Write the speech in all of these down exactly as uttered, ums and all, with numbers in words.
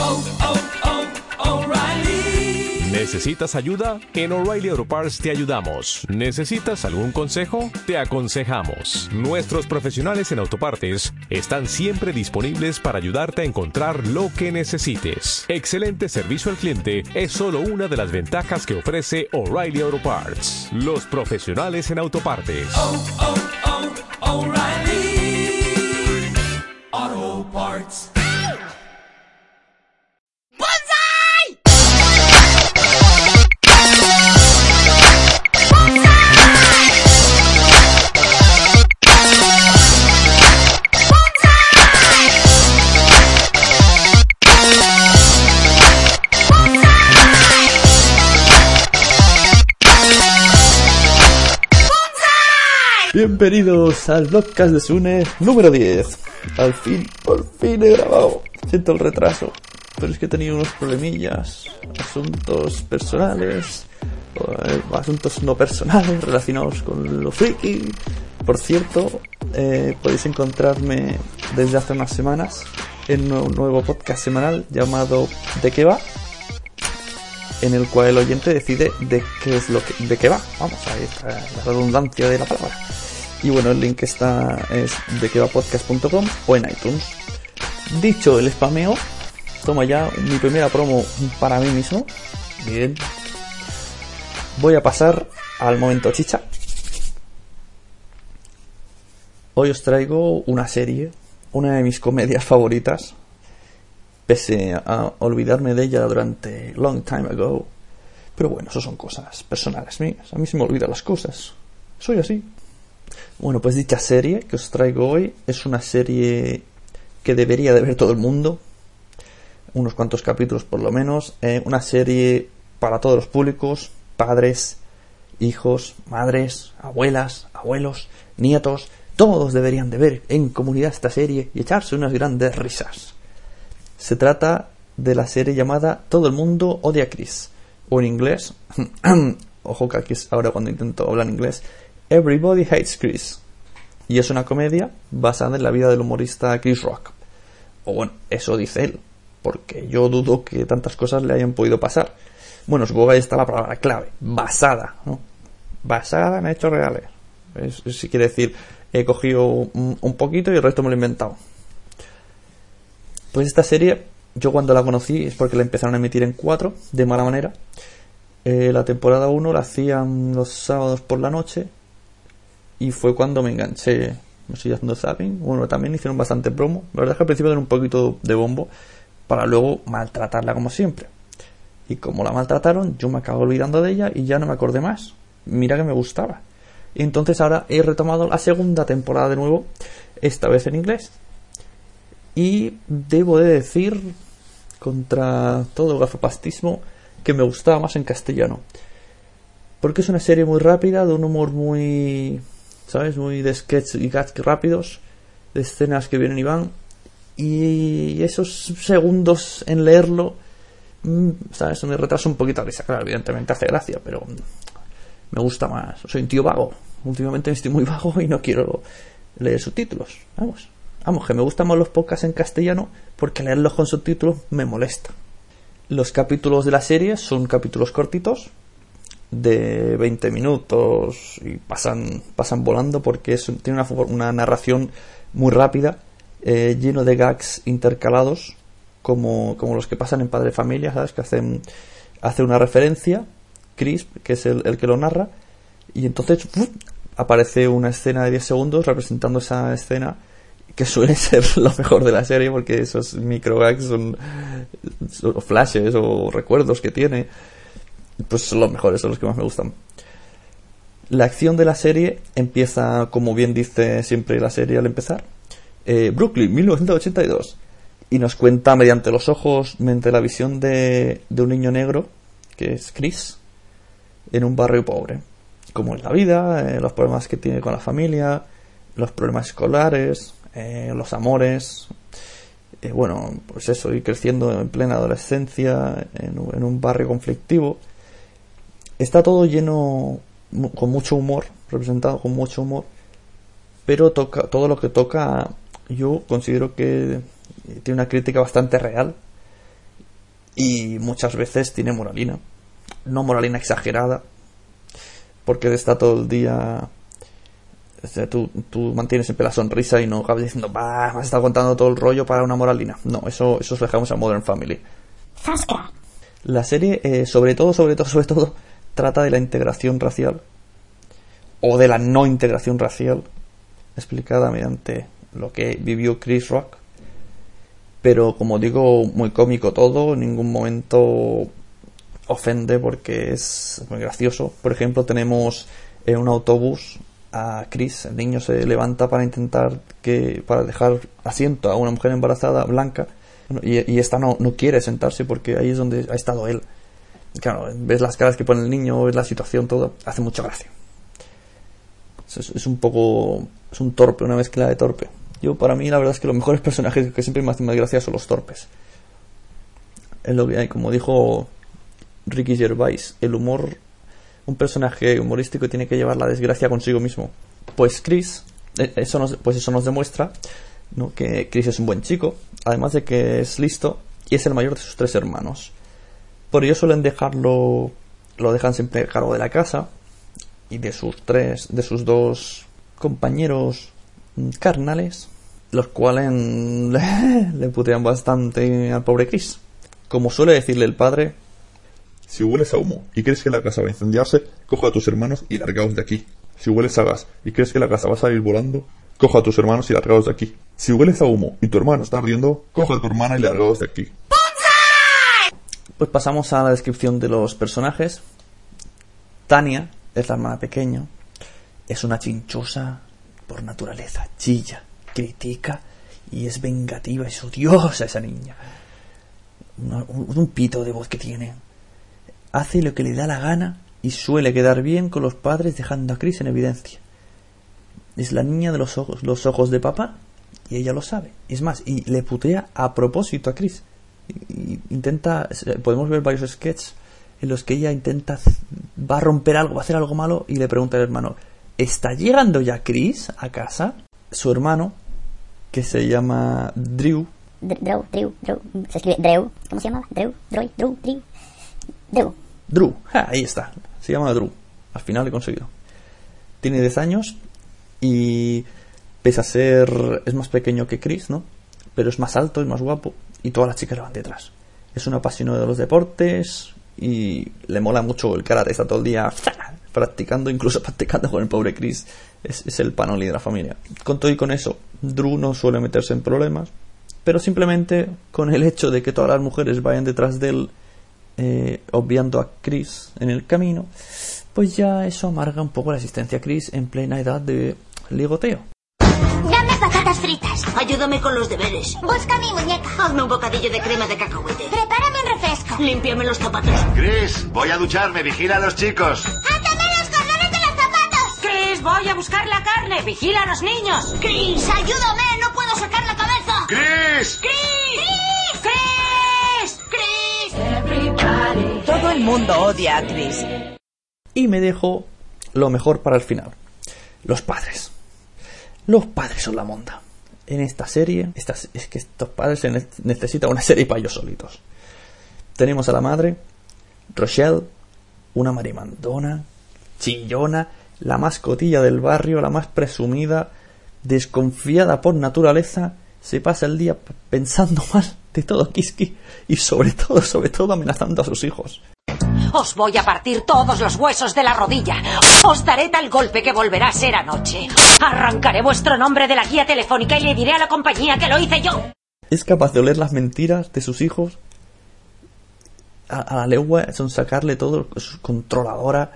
oh, oh, oh, O'Reilly. ¿Necesitas ayuda? En O'Reilly Auto Parts te ayudamos. ¿Necesitas algún consejo? Te aconsejamos. Nuestros profesionales en autopartes están siempre disponibles para ayudarte a encontrar lo que necesites. Excelente servicio al cliente es solo una de las ventajas que ofrece O'Reilly Auto Parts. Los profesionales en autopartes. Oh, oh, oh, O'Reilly Auto Parts. Bienvenidos al podcast de Sune número diez. Al fin, por fin he grabado. Siento el retraso, pero es que he tenido unos problemillas, asuntos personales, eh, asuntos no personales relacionados con lo friki. Por cierto, eh, podéis encontrarme desde hace unas semanas en un nuevo podcast semanal llamado ¿De qué va?, en el cual el oyente decide de qué es lo que, de qué va. Vamos, ahí está la redundancia de la palabra. Y bueno, el link está es de que va podcast punto com o en iTunes. Dicho el spameo, toma ya mi primera promo para mí mismo. Bien. Voy a pasar al momento chicha. Hoy os traigo una serie, una de mis comedias favoritas, pese a olvidarme de ella durante long time ago. Pero bueno, eso son cosas personales mías. A mí se me olvidan las cosas. Soy así. Bueno, pues dicha serie que os traigo hoy es una serie que debería de ver todo el mundo. Unos cuantos capítulos por lo menos. Eh, una serie para todos los públicos. Padres, hijos, madres, abuelas, abuelos, nietos. Todos deberían de ver en comunidad esta serie y echarse unas grandes risas. Se trata de la serie llamada Todo el mundo odia a Chris. O en inglés, ojo que aquí es ahora cuando intento hablar en inglés, Everybody Hates Chris. Y es una comedia basada en la vida del humorista Chris Rock. O bueno, eso dice él, porque yo dudo que tantas cosas le hayan podido pasar. Bueno, supongo que ahí está la palabra clave, basada, ¿no? Basada en hechos reales. Eso quiere decir, he cogido un, un poquito y el resto me lo he inventado. Pues esta serie, yo cuando la conocí es porque la empezaron a emitir en cuatro, de mala manera. Eh, la temporada uno la hacían los sábados por la noche y fue cuando me enganché. Me estoy haciendo zapping. Bueno, también hicieron bastante promo. La verdad es que al principio era un poquito de bombo para luego maltratarla como siempre. Y como la maltrataron, yo me acabo olvidando de ella y ya no me acordé más. Mira que me gustaba. Y entonces ahora he retomado la segunda temporada de nuevo, esta vez en inglés. Y debo de decir, contra todo gafapastismo, que me gustaba más en castellano. Porque es una serie muy rápida, de un humor muy, ¿sabes? Muy de sketch y gags rápidos, de escenas que vienen y van. Y esos segundos en leerlo, ¿sabes? Me retrasa un poquito la risa. Claro, evidentemente hace gracia, pero me gusta más. Soy un tío vago. Últimamente estoy muy vago y no quiero leer subtítulos. Vamos. Vamos, que me gustan más los podcasts en castellano porque leerlos con subtítulos me molesta. Los capítulos de la serie son capítulos cortitos, de veinte minutos, y pasan pasan volando porque es, tiene una, una narración muy rápida, eh, lleno de gags intercalados, como, como los que pasan en Padre Familia, ¿sabes? Que hacen, hace una referencia, Chris, que es el, el que lo narra, y entonces ¡uf!, aparece una escena de diez segundos representando esa escena, que suele ser lo mejor de la serie porque esos microgags son, son flashes o recuerdos que tiene, pues son los mejores, son los que más me gustan. La acción de la serie empieza, como bien dice siempre la serie al empezar, eh, Brooklyn, mil novecientos ochenta y dos, y nos cuenta mediante los ojos, mediante la visión de, de un niño negro, que es Chris, en un barrio pobre, como en la vida, eh, los problemas que tiene con la familia, los problemas escolares, Eh, los amores, eh, bueno, pues eso, ir creciendo en plena adolescencia en, en un barrio conflictivo. Está todo lleno, con mucho humor, representado con mucho humor, pero toca, todo lo que toca, yo considero que tiene una crítica bastante real y muchas veces tiene moralina. No moralina exagerada, porque está todo el día... O sea, tú, tú mantienes siempre la sonrisa y no acabas diciendo, bah, me has estado contando todo el rollo para una moralina. No, eso, eso os dejamos a Modern Family. Zasca. La serie, eh, sobre todo, sobre todo, sobre todo, trata de la integración racial, o de la no integración racial, explicada mediante lo que vivió Chris Rock. Pero, como digo, muy cómico todo, en ningún momento ofende porque es muy gracioso. Por ejemplo, tenemos en un autobús a Chris, el niño se levanta para intentar que para dejar asiento a una mujer embarazada blanca, y, y esta no, no quiere sentarse porque ahí es donde ha estado él. Claro, ves las caras que pone el niño, ves la situación, todo, hace mucha gracia. Es, es un poco, es un torpe, una mezcla de torpe. Yo, para mí, la verdad es que los mejores personajes que siempre me hacen más gracia son los torpes. Es lo que hay, como dijo Ricky Gervais, el humor, un personaje humorístico tiene que llevar la desgracia consigo mismo. Pues Chris, eso nos, pues eso nos demuestra, ¿no?, que Chris es un buen chico, además de que es listo y es el mayor de sus tres hermanos. Por ello suelen dejarlo, lo dejan siempre a cargo de la casa y de sus tres, de sus dos compañeros carnales, los cuales le, le putean bastante al pobre Chris. Como suele decirle el padre: si hueles a humo y crees que la casa va a incendiarse, coge a tus hermanos y largaos de aquí. Si hueles a gas y crees que la casa va a salir volando, coge a tus hermanos y largaos de aquí. Si hueles a humo y tu hermano está ardiendo, coge a tu hermana y largaos de aquí. Pues pasamos a la descripción de los personajes. Tania es la hermana pequeña. Es una chinchosa por naturaleza. Chilla, critica y es vengativa. Es odiosa esa niña. Un, un, un pito de voz que tiene. Hace lo que le da la gana y suele quedar bien con los padres, dejando a Chris en evidencia. Es la niña de los ojos, los ojos de papá, y ella lo sabe. Es más, y le putea a propósito a Chris. Y intenta, podemos ver varios sketches en los que ella intenta, va a romper algo, va a hacer algo malo, y le pregunta al hermano: ¿está llegando ya Chris a casa? Su hermano, que se llama Drew. Drew, Drew, Drew. Se escribe Drew. ¿Cómo se llamaba? Drew, Drew, Drew, Drew. Drew. Drew, ah, ahí está. Se llama Drew. Al final he conseguido. Tiene diez años y pese a ser, es más pequeño que Chris, ¿no? Pero es más alto, es más guapo y todas las chicas le van detrás. Es un apasionado de los deportes y le mola mucho el karate. Está todo el día practicando, incluso practicando con el pobre Chris. Es, es el panoli de la familia. Con todo y con eso, Drew no suele meterse en problemas, pero simplemente con el hecho de que todas las mujeres vayan detrás de él, Eh, obviando a Chris en el camino, pues ya eso amarga un poco la existencia a Chris en plena edad de ligoteo. Dame patatas fritas. Ayúdame con los deberes. Busca mi muñeca. Hazme un bocadillo de crema de cacahuete. Prepárame un refresco. Límpiame los zapatos. Chris, voy a ducharme. Vigila a los chicos. ¡Átame los cordones de los zapatos! Chris, voy a buscar la carne. Vigila a los niños. Chris, ayúdame. No puedo sacar la cabeza. Chris. Chris. Chris. Chris. Chris. Todo el mundo odia a Chris. Y me dejo lo mejor para el final. Los padres. Los padres son la monda. En esta serie, estas, es que estos padres se ne- necesitan una serie para ellos solitos. Tenemos a la madre, Rochelle, una marimandona, chillona, la más cotilla del barrio, la más presumida, desconfiada por naturaleza, se pasa el día pensando mal de todo Kiski y sobre todo, sobre todo amenazando a sus hijos. Os voy a partir todos los huesos de la rodilla. Os daré tal golpe que volverá a ser anoche. Arrancaré vuestro nombre de la guía telefónica y le diré a la compañía que lo hice yo. Es capaz de oler las mentiras de sus hijos a, a la legua, son sacarle todo, es controladora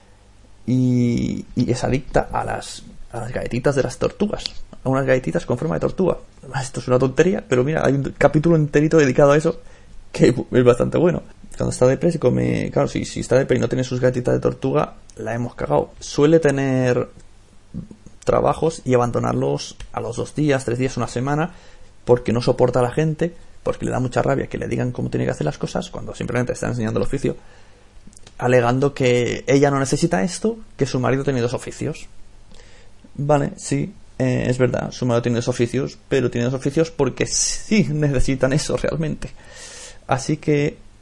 y, y es adicta a las, a las galletitas de las tortugas, a unas galletitas con forma de tortuga. Esto es una tontería, pero mira, hay un capítulo enterito dedicado a eso que es bastante bueno. Cuando está de se come... Claro, si, si está de y no tiene sus galletitas de tortuga, la hemos cagado. Suele tener trabajos y abandonarlos a los dos días, tres días, una semana, porque no soporta a la gente, porque le da mucha rabia que le digan cómo tiene que hacer las cosas, cuando simplemente está enseñando el oficio, alegando que ella no necesita esto, que su marido tiene dos oficios. Vale, sí, eh, es verdad, su marido tiene dos oficios, pero tiene dos oficios porque sí necesitan eso realmente. Así que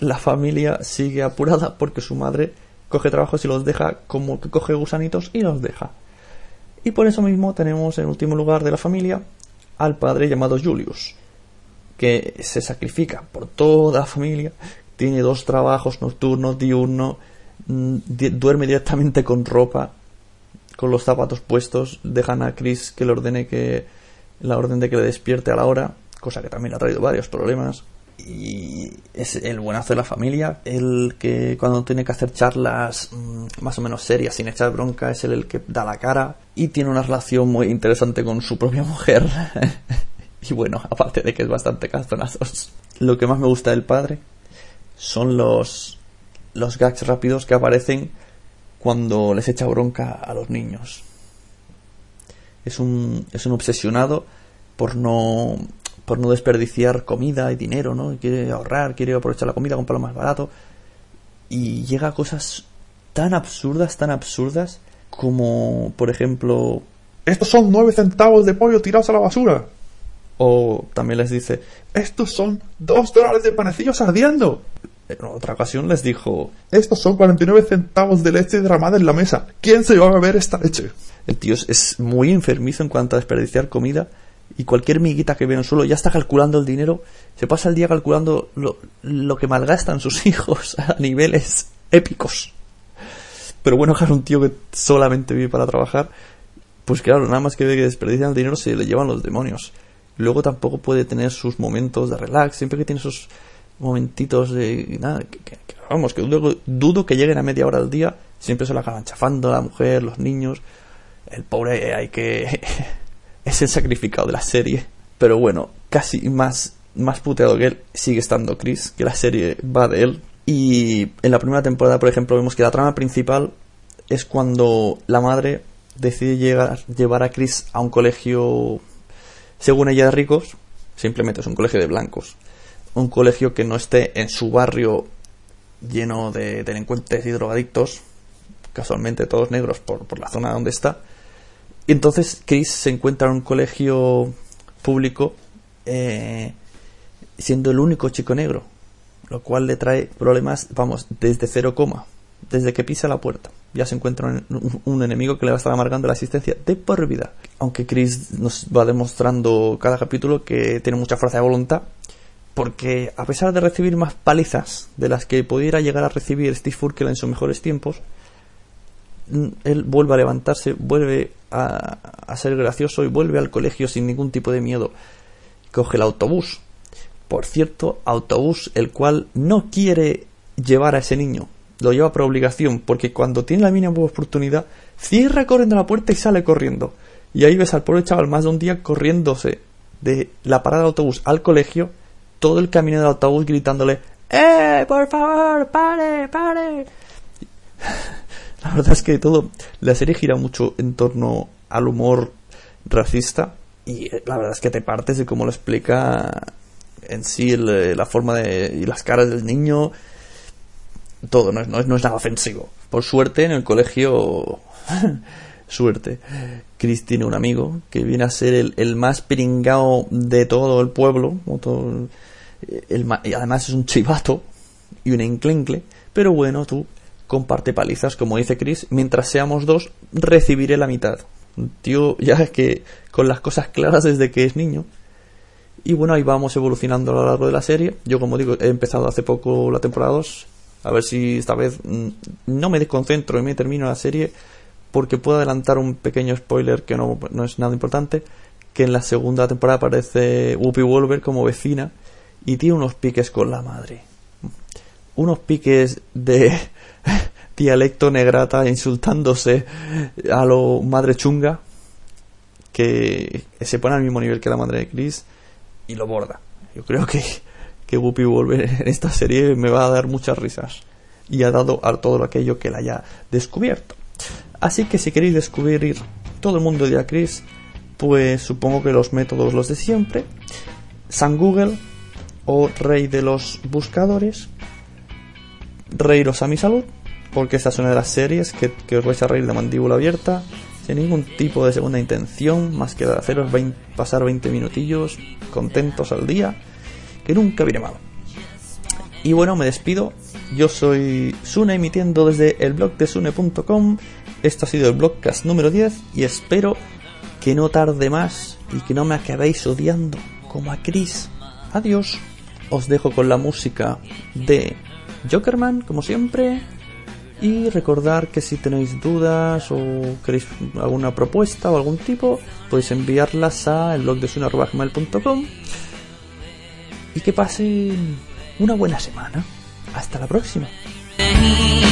la familia sigue apurada porque su madre coge trabajos y los deja, como que coge gusanitos y los deja. Y por eso mismo tenemos en último lugar de la familia al padre llamado Julius, que se sacrifica por toda la familia, tiene dos trabajos nocturnos, diurnos, di- duerme directamente con ropa, con los zapatos puestos, dejan a Chris que le ordene que la orden de que le despierte a la hora, cosa que también ha traído varios problemas. Y es el buenazo de la familia, el que cuando tiene que hacer charlas mmm, más o menos serias sin echar bronca es el, el que da la cara y tiene una relación muy interesante con su propia mujer. Y bueno, aparte de que es bastante castonazos. Lo que más me gusta del padre son los los gags rápidos que aparecen cuando les echa bronca a los niños. Es un es un obsesionado por no por no desperdiciar comida y dinero, ¿no? Quiere ahorrar, quiere aprovechar la comida, comprarlo más barato. Y llega a cosas tan absurdas, tan absurdas, como, por ejemplo... Estos son nueve centavos de pollo tirados a la basura. O también les dice... Estos son dos dólares de panecillos ardiendo. En otra ocasión les dijo... Estos son cuarenta y nueve centavos de leche derramada en la mesa. ¿Quién se va a beber esta leche? El tío es, es muy enfermizo en cuanto a desperdiciar comida. Y cualquier miguita que ve en el suelo ya está calculando el dinero. Se pasa el día calculando lo, lo que malgastan sus hijos a niveles épicos. Pero bueno, es un tío que solamente vive para trabajar. Pues claro, nada más que ve que desperdician el dinero se le llevan los demonios. Luego tampoco puede tener sus momentos de relax. Siempre que tiene esos momentitos de... Nada, que, que, que, vamos, que dudo, dudo que lleguen a media hora al día. Siempre se la acaban chafando la mujer, los niños. El pobre hay que... es el sacrificado de la serie. Pero bueno, casi más, más puteado que él sigue estando Chris, que la serie va de él. Y en la primera temporada, por ejemplo, vemos que la trama principal es cuando la madre decide llegar, llevar a Chris a un colegio, según ella, de ricos. Simplemente es un colegio de blancos. Un colegio que no esté en su barrio lleno de delincuentes y drogadictos, casualmente todos negros por, por la zona donde está. Y entonces Chris se encuentra en un colegio público eh, siendo el único chico negro, lo cual le trae problemas, vamos, desde cero coma, desde que pisa la puerta. Ya se encuentra un, un enemigo que le va a estar amargando la existencia de por vida. Aunque Chris nos va demostrando cada capítulo que tiene mucha fuerza de voluntad, porque a pesar de recibir más palizas de las que pudiera llegar a recibir Steve Urkel en sus mejores tiempos, él vuelve a levantarse, vuelve a, a ser gracioso y vuelve al colegio sin ningún tipo de miedo. Coge el autobús, por cierto, autobús el cual no quiere llevar a ese niño, lo lleva por obligación, porque cuando tiene la mínima oportunidad cierra corriendo la puerta y sale corriendo. Y ahí ves al pobre chaval más de un día corriéndose de la parada del autobús al colegio, todo el camino del autobús gritándole: ¡eh, por favor, pare, pare! La verdad es que todo, la serie gira mucho en torno al humor racista, y la verdad es que te partes de cómo lo explica en sí el, la forma de, y las caras del niño. Todo, no es, no es, no es nada ofensivo. Por suerte en el colegio suerte, Chris tiene un amigo que viene a ser el, el más pringao de todo el pueblo, todo el, el, y además es un chivato y un enclencle. Pero bueno, tú comparte palizas, como dice Chris, mientras seamos dos recibiré la mitad. Un tío ya que con las cosas claras desde que es niño. Y bueno, ahí vamos evolucionando a lo largo de la serie. Yo, como digo, he empezado hace poco la temporada dos. A ver si esta vez no me desconcentro y me termino la serie, porque puedo adelantar un pequeño spoiler que no, no es nada importante, que en la segunda temporada aparece Whoopi Goldberg como vecina y tiene unos piques con la madre. Unos piques de dialecto negrata, insultándose a lo madre chunga, que se pone al mismo nivel que la madre de Chris y lo borda. Yo creo que que Whoopi Goldberg en esta serie me va a dar muchas risas, y ha dado a todo aquello que la haya descubierto. Así que si queréis descubrir todo el mundo de a Chris, pues supongo que los métodos los de siempre: San Google o Rey de los Buscadores. Reíros a mi salud, porque esta es una de las series que, que os vais a reír de mandíbula abierta, sin ningún tipo de segunda intención más que de haceros veinte, pasar veinte minutillos contentos al día, que nunca viene mal. Y bueno, me despido. Yo soy Sune, emitiendo desde el blog de sune punto com. Este ha sido el Blogcast número diez y espero que no tarde más y que no me acabéis odiando como a Chris. Adiós. Os dejo con la música de Jokerman, como siempre. Y recordar que si tenéis dudas o queréis alguna propuesta o algún tipo, podéis enviarlas a el blog de sune arroba gmail punto com. Y que pasen una buena semana. Hasta la próxima.